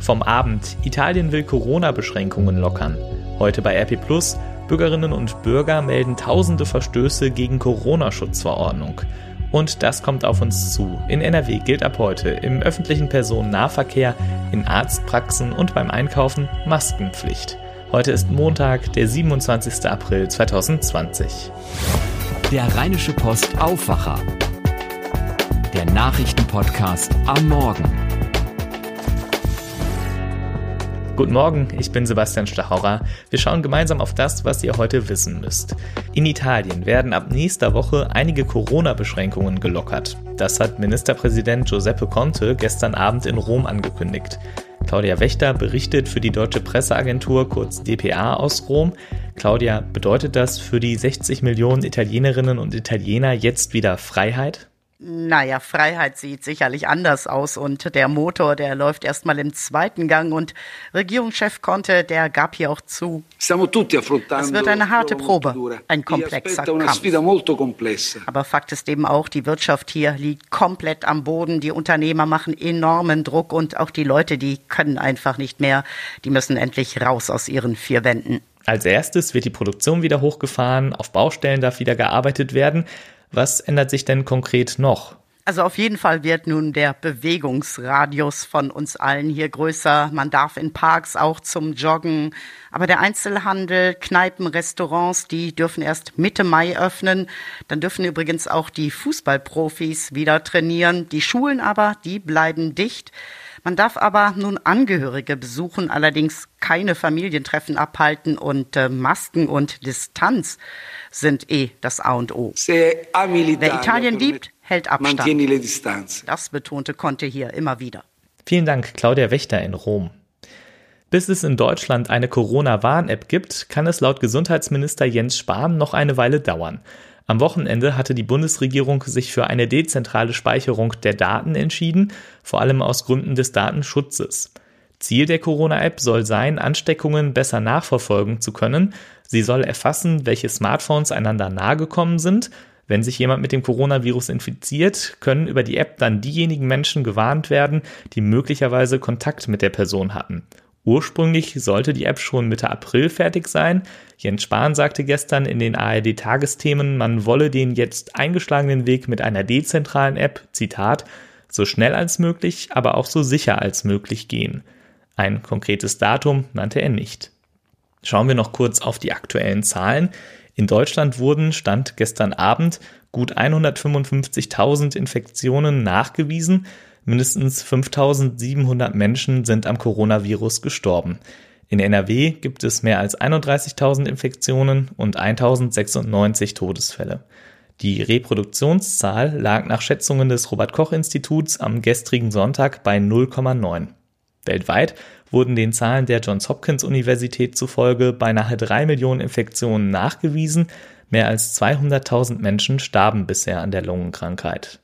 Vom Abend. Italien will Corona-Beschränkungen lockern. Heute bei RP+, Bürgerinnen und Bürger melden tausende Verstöße gegen Corona-Schutzverordnung. Und das kommt auf uns zu. In NRW gilt ab heute im öffentlichen Personennahverkehr, in Arztpraxen und beim Einkaufen Maskenpflicht. Heute ist Montag, der 27. April 2020. Der Rheinische Post Aufwacher. Der Nachrichtenpodcast am Morgen. Guten Morgen, ich bin Sebastian Stachauer. Wir schauen gemeinsam auf das, was ihr heute wissen müsst. In Italien werden ab nächster Woche einige Corona-Beschränkungen gelockert. Das hat Ministerpräsident Giuseppe Conte gestern Abend in Rom angekündigt. Claudia Wächter berichtet für die Deutsche Presseagentur, kurz dpa, aus Rom. Claudia, bedeutet das für die 60 Millionen Italienerinnen und Italiener jetzt wieder Freiheit? Naja, Freiheit sieht sicherlich anders aus und der Motor, der läuft erstmal im zweiten Gang und Regierungschef Conte, der gab hier auch zu. Es wird eine harte Probe, ein komplexer Kampf. Aber Fakt ist eben auch, die Wirtschaft hier liegt komplett am Boden, die Unternehmer machen enormen Druck und auch die Leute, die können einfach nicht mehr, die müssen endlich raus aus ihren vier Wänden. Als erstes wird die Produktion wieder hochgefahren, auf Baustellen darf wieder gearbeitet werden. Was ändert sich denn konkret noch? Also auf jeden Fall wird nun der Bewegungsradius von uns allen hier größer. Man darf in Parks auch zum Joggen. Aber der Einzelhandel, Kneipen, Restaurants, die dürfen erst Mitte Mai öffnen. Dann dürfen übrigens auch die Fußballprofis wieder trainieren. Die Schulen aber, die bleiben dicht. Man darf aber nun Angehörige besuchen, allerdings keine Familientreffen abhalten und Masken und Distanz sind das A und O. Wer Italien liebt, hält Abstand. Das betonte Conte hier immer wieder. Vielen Dank, Claudia Wächter in Rom. Bis es in Deutschland eine Corona-Warn-App gibt, kann es laut Gesundheitsminister Jens Spahn noch eine Weile dauern. Am Wochenende hatte die Bundesregierung sich für eine dezentrale Speicherung der Daten entschieden, vor allem aus Gründen des Datenschutzes. Ziel der Corona-App soll sein, Ansteckungen besser nachverfolgen zu können. Sie soll erfassen, welche Smartphones einander nahegekommen sind. Wenn sich jemand mit dem Coronavirus infiziert, können über die App dann diejenigen Menschen gewarnt werden, die möglicherweise Kontakt mit der Person hatten. Ursprünglich sollte die App schon Mitte April fertig sein. Jens Spahn sagte gestern in den ARD-Tagesthemen, man wolle den jetzt eingeschlagenen Weg mit einer dezentralen App, Zitat, so schnell als möglich, aber auch so sicher als möglich gehen. Ein konkretes Datum nannte er nicht. Schauen wir noch kurz auf die aktuellen Zahlen. In Deutschland wurden, Stand gestern Abend, gut 155.000 Infektionen nachgewiesen. Mindestens 5.700 Menschen sind am Coronavirus gestorben. In NRW gibt es mehr als 31.000 Infektionen und 1.096 Todesfälle. Die Reproduktionszahl lag nach Schätzungen des Robert-Koch-Instituts am gestrigen Sonntag bei 0,9. Weltweit wurden den Zahlen der Johns-Hopkins-Universität zufolge beinahe 3 Millionen Infektionen nachgewiesen. Mehr als 200.000 Menschen starben bisher an der Lungenkrankheit.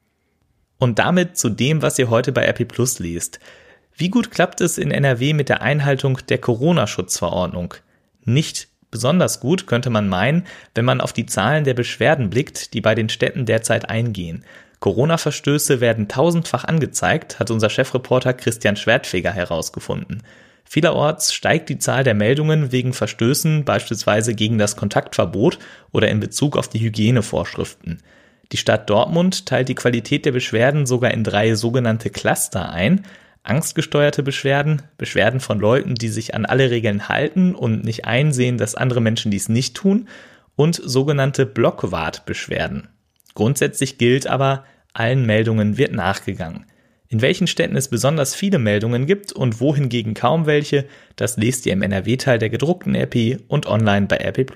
Und damit zu dem, was ihr heute bei RP Plus liest. Wie gut klappt es in NRW mit der Einhaltung der Corona-Schutzverordnung? Nicht besonders gut, könnte man meinen, wenn man auf die Zahlen der Beschwerden blickt, die bei den Städten derzeit eingehen. Corona-Verstöße werden tausendfach angezeigt, hat unser Chefreporter Christian Schwertfeger herausgefunden. Vielerorts steigt die Zahl der Meldungen wegen Verstößen, beispielsweise gegen das Kontaktverbot oder in Bezug auf die Hygienevorschriften. Die Stadt Dortmund teilt die Qualität der Beschwerden sogar in 3 sogenannte Cluster ein. Angstgesteuerte Beschwerden, Beschwerden von Leuten, die sich an alle Regeln halten und nicht einsehen, dass andere Menschen dies nicht tun, und sogenannte Blockwart-Beschwerden. Grundsätzlich gilt aber, allen Meldungen wird nachgegangen. In welchen Städten es besonders viele Meldungen gibt und wo hingegen kaum welche, das lest ihr im NRW-Teil der gedruckten RP und online bei RP+.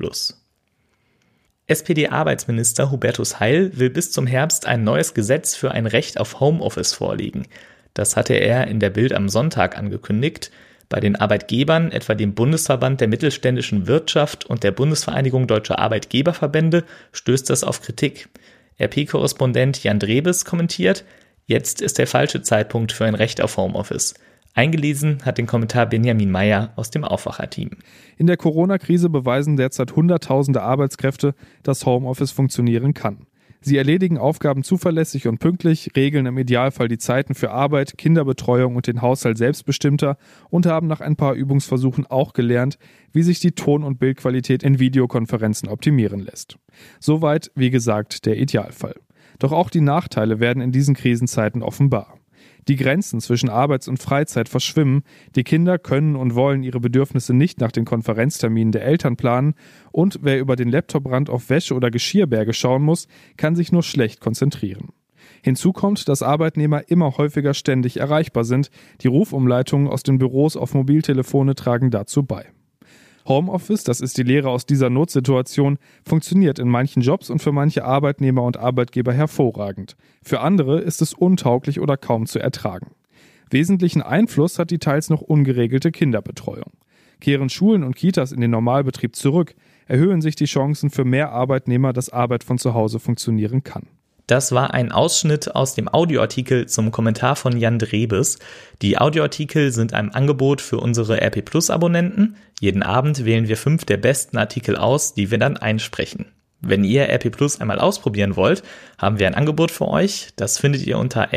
SPD-Arbeitsminister Hubertus Heil will bis zum Herbst ein neues Gesetz für ein Recht auf Homeoffice vorlegen. Das hatte er in der Bild am Sonntag angekündigt. Bei den Arbeitgebern, etwa dem Bundesverband der mittelständischen Wirtschaft und der Bundesvereinigung Deutscher Arbeitgeberverbände, stößt das auf Kritik. RP-Korrespondent Jan Drebes kommentiert, jetzt ist der falsche Zeitpunkt für ein Recht auf Homeoffice. Eingelesen hat den Kommentar Benjamin Meyer aus dem Aufwacher-Team. In der Corona-Krise beweisen derzeit Hunderttausende Arbeitskräfte, dass Homeoffice funktionieren kann. Sie erledigen Aufgaben zuverlässig und pünktlich, regeln im Idealfall die Zeiten für Arbeit, Kinderbetreuung und den Haushalt selbstbestimmter und haben nach ein paar Übungsversuchen auch gelernt, wie sich die Ton- und Bildqualität in Videokonferenzen optimieren lässt. Soweit, wie gesagt, der Idealfall. Doch auch die Nachteile werden in diesen Krisenzeiten offenbar. Die Grenzen zwischen Arbeits- und Freizeit verschwimmen, die Kinder können und wollen ihre Bedürfnisse nicht nach den Konferenzterminen der Eltern planen und wer über den Laptoprand auf Wäsche oder Geschirrberge schauen muss, kann sich nur schlecht konzentrieren. Hinzu kommt, dass Arbeitnehmer immer häufiger ständig erreichbar sind. Die Rufumleitungen aus den Büros auf Mobiltelefone tragen dazu bei. Homeoffice, das ist die Lehre aus dieser Notsituation, funktioniert in manchen Jobs und für manche Arbeitnehmer und Arbeitgeber hervorragend. Für andere ist es untauglich oder kaum zu ertragen. Wesentlichen Einfluss hat die teils noch ungeregelte Kinderbetreuung. Kehren Schulen und Kitas in den Normalbetrieb zurück, erhöhen sich die Chancen für mehr Arbeitnehmer, dass Arbeit von zu Hause funktionieren kann. Das war ein Ausschnitt aus dem Audioartikel zum Kommentar von Jan Drebes. Die Audioartikel sind ein Angebot für unsere RP Plus Abonnenten. Jeden Abend wählen wir 5 der besten Artikel aus, die wir dann einsprechen. Wenn ihr RP Plus einmal ausprobieren wollt, haben wir ein Angebot für euch. Das findet ihr unter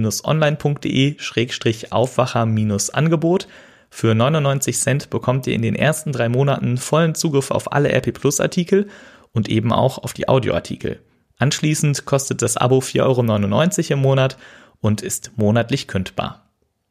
rp-online.de/Aufwacher-Angebot. Für 99 Cent bekommt ihr in den ersten 3 Monaten vollen Zugriff auf alle RP Plus Artikel und eben auch auf die Audioartikel. Anschließend kostet das Abo 4,99 € im Monat und ist monatlich kündbar.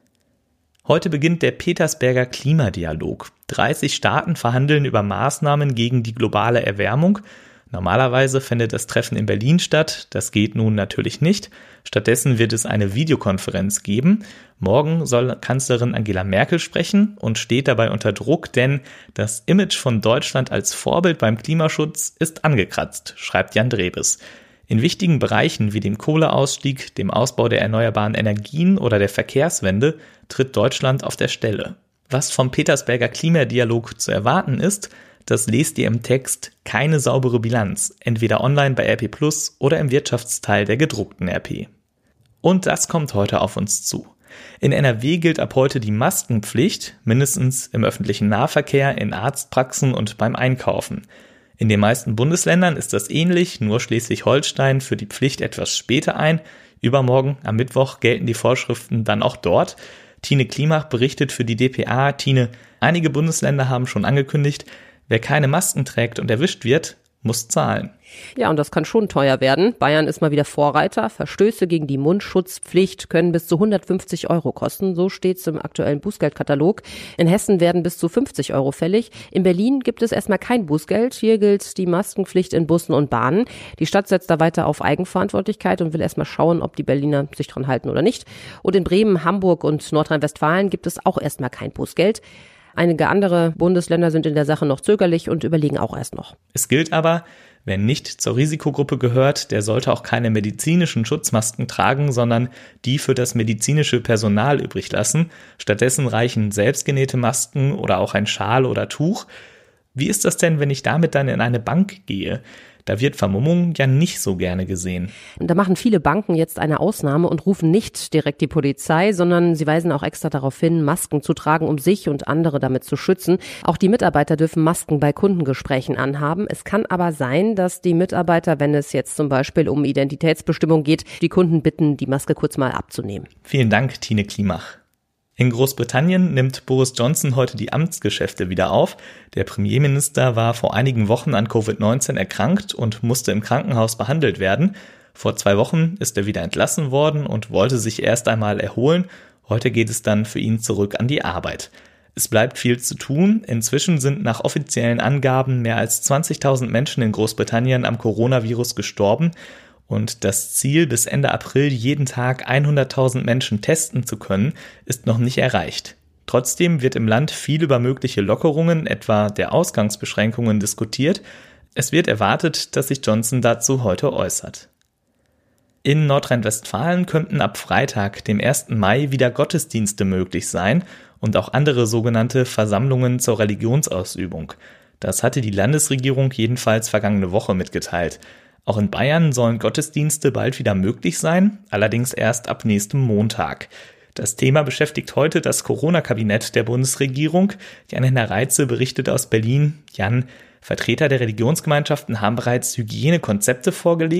Heute beginnt der Petersberger Klimadialog. 30 Staaten verhandeln über Maßnahmen gegen die globale Erwärmung. Normalerweise fände das Treffen in Berlin statt, das geht nun natürlich nicht. Stattdessen wird es eine Videokonferenz geben. Morgen soll Kanzlerin Angela Merkel sprechen und steht dabei unter Druck, denn das Image von Deutschland als Vorbild beim Klimaschutz ist angekratzt, schreibt Jan Drebes. In wichtigen Bereichen wie dem Kohleausstieg, dem Ausbau der erneuerbaren Energien oder der Verkehrswende tritt Deutschland auf der Stelle. Was vom Petersberger Klimadialog zu erwarten ist, das lest ihr im Text Keine saubere Bilanz, entweder online bei RP Plus oder im Wirtschaftsteil der gedruckten RP. Und das kommt heute auf uns zu. In NRW gilt ab heute die Maskenpflicht, mindestens im öffentlichen Nahverkehr, in Arztpraxen und beim Einkaufen. In den meisten Bundesländern ist das ähnlich, nur Schleswig-Holstein führt die Pflicht etwas später ein. Übermorgen, am Mittwoch, gelten die Vorschriften dann auch dort. Tine Klimach berichtet für die dpa. Tine, einige Bundesländer haben schon angekündigt, wer keine Masken trägt und erwischt wird, muss zahlen. Ja, und das kann schon teuer werden. Bayern ist mal wieder Vorreiter. Verstöße gegen die Mundschutzpflicht können bis zu 150 € kosten. So steht's im aktuellen Bußgeldkatalog. In Hessen werden bis zu 50 € fällig. In Berlin gibt es erstmal kein Bußgeld. Hier gilt die Maskenpflicht in Bussen und Bahnen. Die Stadt setzt da weiter auf Eigenverantwortlichkeit und will erstmal schauen, ob die Berliner sich dran halten oder nicht. Und in Bremen, Hamburg und Nordrhein-Westfalen gibt es auch erstmal kein Bußgeld. Einige andere Bundesländer sind in der Sache noch zögerlich und überlegen auch erst noch. Es gilt aber, wer nicht zur Risikogruppe gehört, der sollte auch keine medizinischen Schutzmasken tragen, sondern die für das medizinische Personal übrig lassen. Stattdessen reichen selbstgenähte Masken oder auch ein Schal oder Tuch. Wie ist das denn, wenn ich damit dann in eine Bank gehe? Da wird Vermummung ja nicht so gerne gesehen. Und da machen viele Banken jetzt eine Ausnahme und rufen nicht direkt die Polizei, sondern sie weisen auch extra darauf hin, Masken zu tragen, um sich und andere damit zu schützen. Auch die Mitarbeiter dürfen Masken bei Kundengesprächen anhaben. Es kann aber sein, dass die Mitarbeiter, wenn es jetzt zum Beispiel um Identitätsbestimmung geht, die Kunden bitten, die Maske kurz mal abzunehmen. Vielen Dank, Tine Klimach. In Großbritannien nimmt Boris Johnson heute die Amtsgeschäfte wieder auf. Der Premierminister war vor einigen Wochen an Covid-19 erkrankt und musste im Krankenhaus behandelt werden. Vor 2 Wochen ist er wieder entlassen worden und wollte sich erst einmal erholen. Heute geht es dann für ihn zurück an die Arbeit. Es bleibt viel zu tun. Inzwischen sind nach offiziellen Angaben mehr als 20.000 Menschen in Großbritannien am Coronavirus gestorben. Und das Ziel, bis Ende April jeden Tag 100.000 Menschen testen zu können, ist noch nicht erreicht. Trotzdem wird im Land viel über mögliche Lockerungen, etwa der Ausgangsbeschränkungen, diskutiert. Es wird erwartet, dass sich Johnson dazu heute äußert. In Nordrhein-Westfalen könnten ab Freitag, dem 1. Mai, wieder Gottesdienste möglich sein und auch andere sogenannte Versammlungen zur Religionsausübung. Das hatte die Landesregierung jedenfalls vergangene Woche mitgeteilt. Auch in Bayern sollen Gottesdienste bald wieder möglich sein, allerdings erst ab nächstem Montag. Das Thema beschäftigt heute das Corona-Kabinett der Bundesregierung. Jan-Henner Reitze berichtet aus Berlin. Jan, Vertreter der Religionsgemeinschaften haben bereits Hygienekonzepte vorgelegt.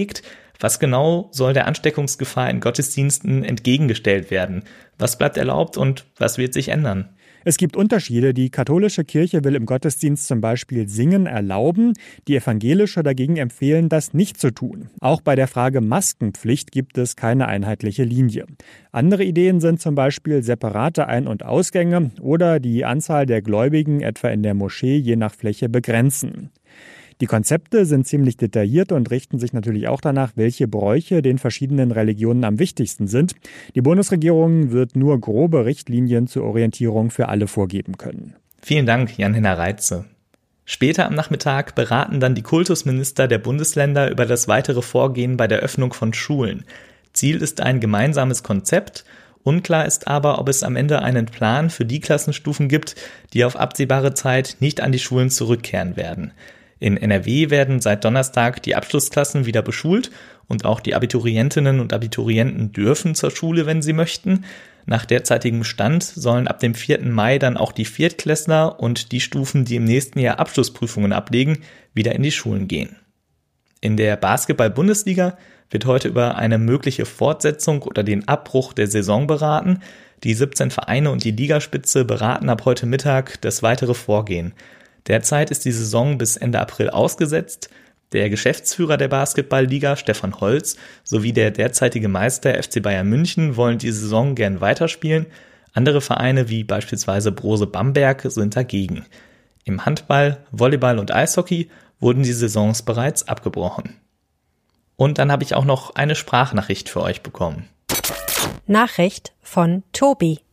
Was genau soll der Ansteckungsgefahr in Gottesdiensten entgegengestellt werden? Was bleibt erlaubt und was wird sich ändern? Es gibt Unterschiede. Die katholische Kirche will im Gottesdienst zum Beispiel Singen erlauben. Die evangelische dagegen empfehlen, das nicht zu tun. Auch bei der Frage Maskenpflicht gibt es keine einheitliche Linie. Andere Ideen sind zum Beispiel separate Ein- und Ausgänge oder die Anzahl der Gläubigen etwa in der Moschee je nach Fläche begrenzen. Die Konzepte sind ziemlich detailliert und richten sich natürlich auch danach, welche Bräuche den verschiedenen Religionen am wichtigsten sind. Die Bundesregierung wird nur grobe Richtlinien zur Orientierung für alle vorgeben können. Vielen Dank, Jan-Henner Reitze. Später am Nachmittag beraten dann die Kultusminister der Bundesländer über das weitere Vorgehen bei der Öffnung von Schulen. Ziel ist ein gemeinsames Konzept. Unklar ist aber, ob es am Ende einen Plan für die Klassenstufen gibt, die auf absehbare Zeit nicht an die Schulen zurückkehren werden. In NRW werden seit Donnerstag die Abschlussklassen wieder beschult und auch die Abiturientinnen und Abiturienten dürfen zur Schule, wenn sie möchten. Nach derzeitigem Stand sollen ab dem 4. Mai dann auch die Viertklässler und die Stufen, die im nächsten Jahr Abschlussprüfungen ablegen, wieder in die Schulen gehen. In der Basketball-Bundesliga wird heute über eine mögliche Fortsetzung oder den Abbruch der Saison beraten. Die 17 Vereine und die Ligaspitze beraten ab heute Mittag das weitere Vorgehen. Derzeit ist die Saison bis Ende April ausgesetzt. Der Geschäftsführer der Basketballliga, Stefan Holz, sowie der derzeitige Meister FC Bayern München wollen die Saison gern weiterspielen. Andere Vereine wie beispielsweise Brose Bamberg sind dagegen. Im Handball, Volleyball und Eishockey wurden die Saisons bereits abgebrochen. Und dann habe ich auch noch eine Sprachnachricht für euch bekommen. Nachricht von Tobi.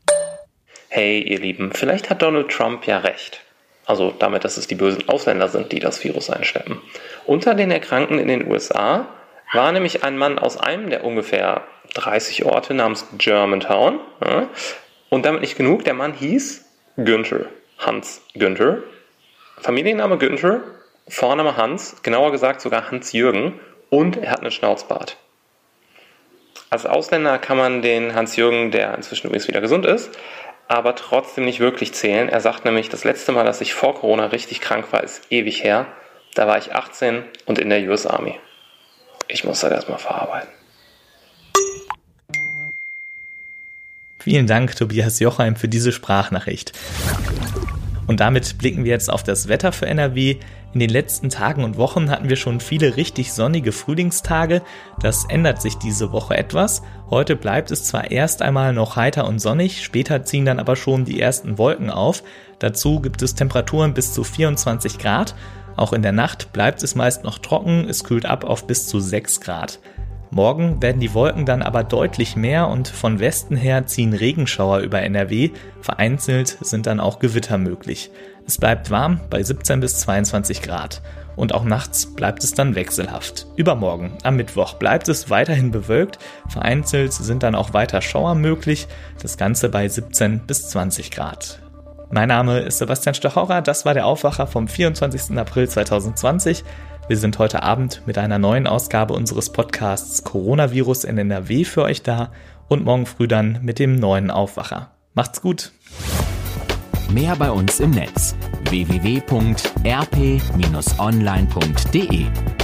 Hey ihr Lieben, vielleicht hat Donald Trump ja recht. Also damit, dass es die bösen Ausländer sind, die das Virus einschleppen. Unter den Erkrankten in den USA war nämlich ein Mann aus einem der ungefähr 30 Orte namens Germantown. Ja, und damit nicht genug, der Mann hieß Günther, Hans Günther. Familienname Günther, Vorname Hans, genauer gesagt sogar Hans-Jürgen, und er hat einen Schnauzbart. Als Ausländer kann man den Hans-Jürgen, der inzwischen übrigens wieder gesund ist, aber trotzdem nicht wirklich zählen. Er sagt nämlich, das letzte Mal, dass ich vor Corona richtig krank war, ist ewig her. Da war ich 18 und in der US Army. Ich muss das erstmal verarbeiten. Vielen Dank, Tobias Jochheim, für diese Sprachnachricht. Und damit blicken wir jetzt auf das Wetter für NRW. In den letzten Tagen und Wochen hatten wir schon viele richtig sonnige Frühlingstage. Das ändert sich diese Woche etwas. Heute bleibt es zwar erst einmal noch heiter und sonnig, später ziehen dann aber schon die ersten Wolken auf. Dazu gibt es Temperaturen bis zu 24 Grad. Auch in der Nacht bleibt es meist noch trocken, es kühlt ab auf bis zu 6 Grad. Morgen werden die Wolken dann aber deutlich mehr und von Westen her ziehen Regenschauer über NRW. Vereinzelt sind dann auch Gewitter möglich. Es bleibt warm bei 17 bis 22 Grad. Und auch nachts bleibt es dann wechselhaft. Übermorgen, am Mittwoch, bleibt es weiterhin bewölkt. Vereinzelt sind dann auch weiter Schauer möglich. Das Ganze bei 17 bis 20 Grad. Mein Name ist Sebastian Stachorra. Das war der Aufwacher vom 24. April 2020. Wir sind heute Abend mit einer neuen Ausgabe unseres Podcasts Coronavirus in NRW für euch da und morgen früh dann mit dem neuen Aufwacher. Macht's gut! Mehr bei uns im Netz: www.rp-online.de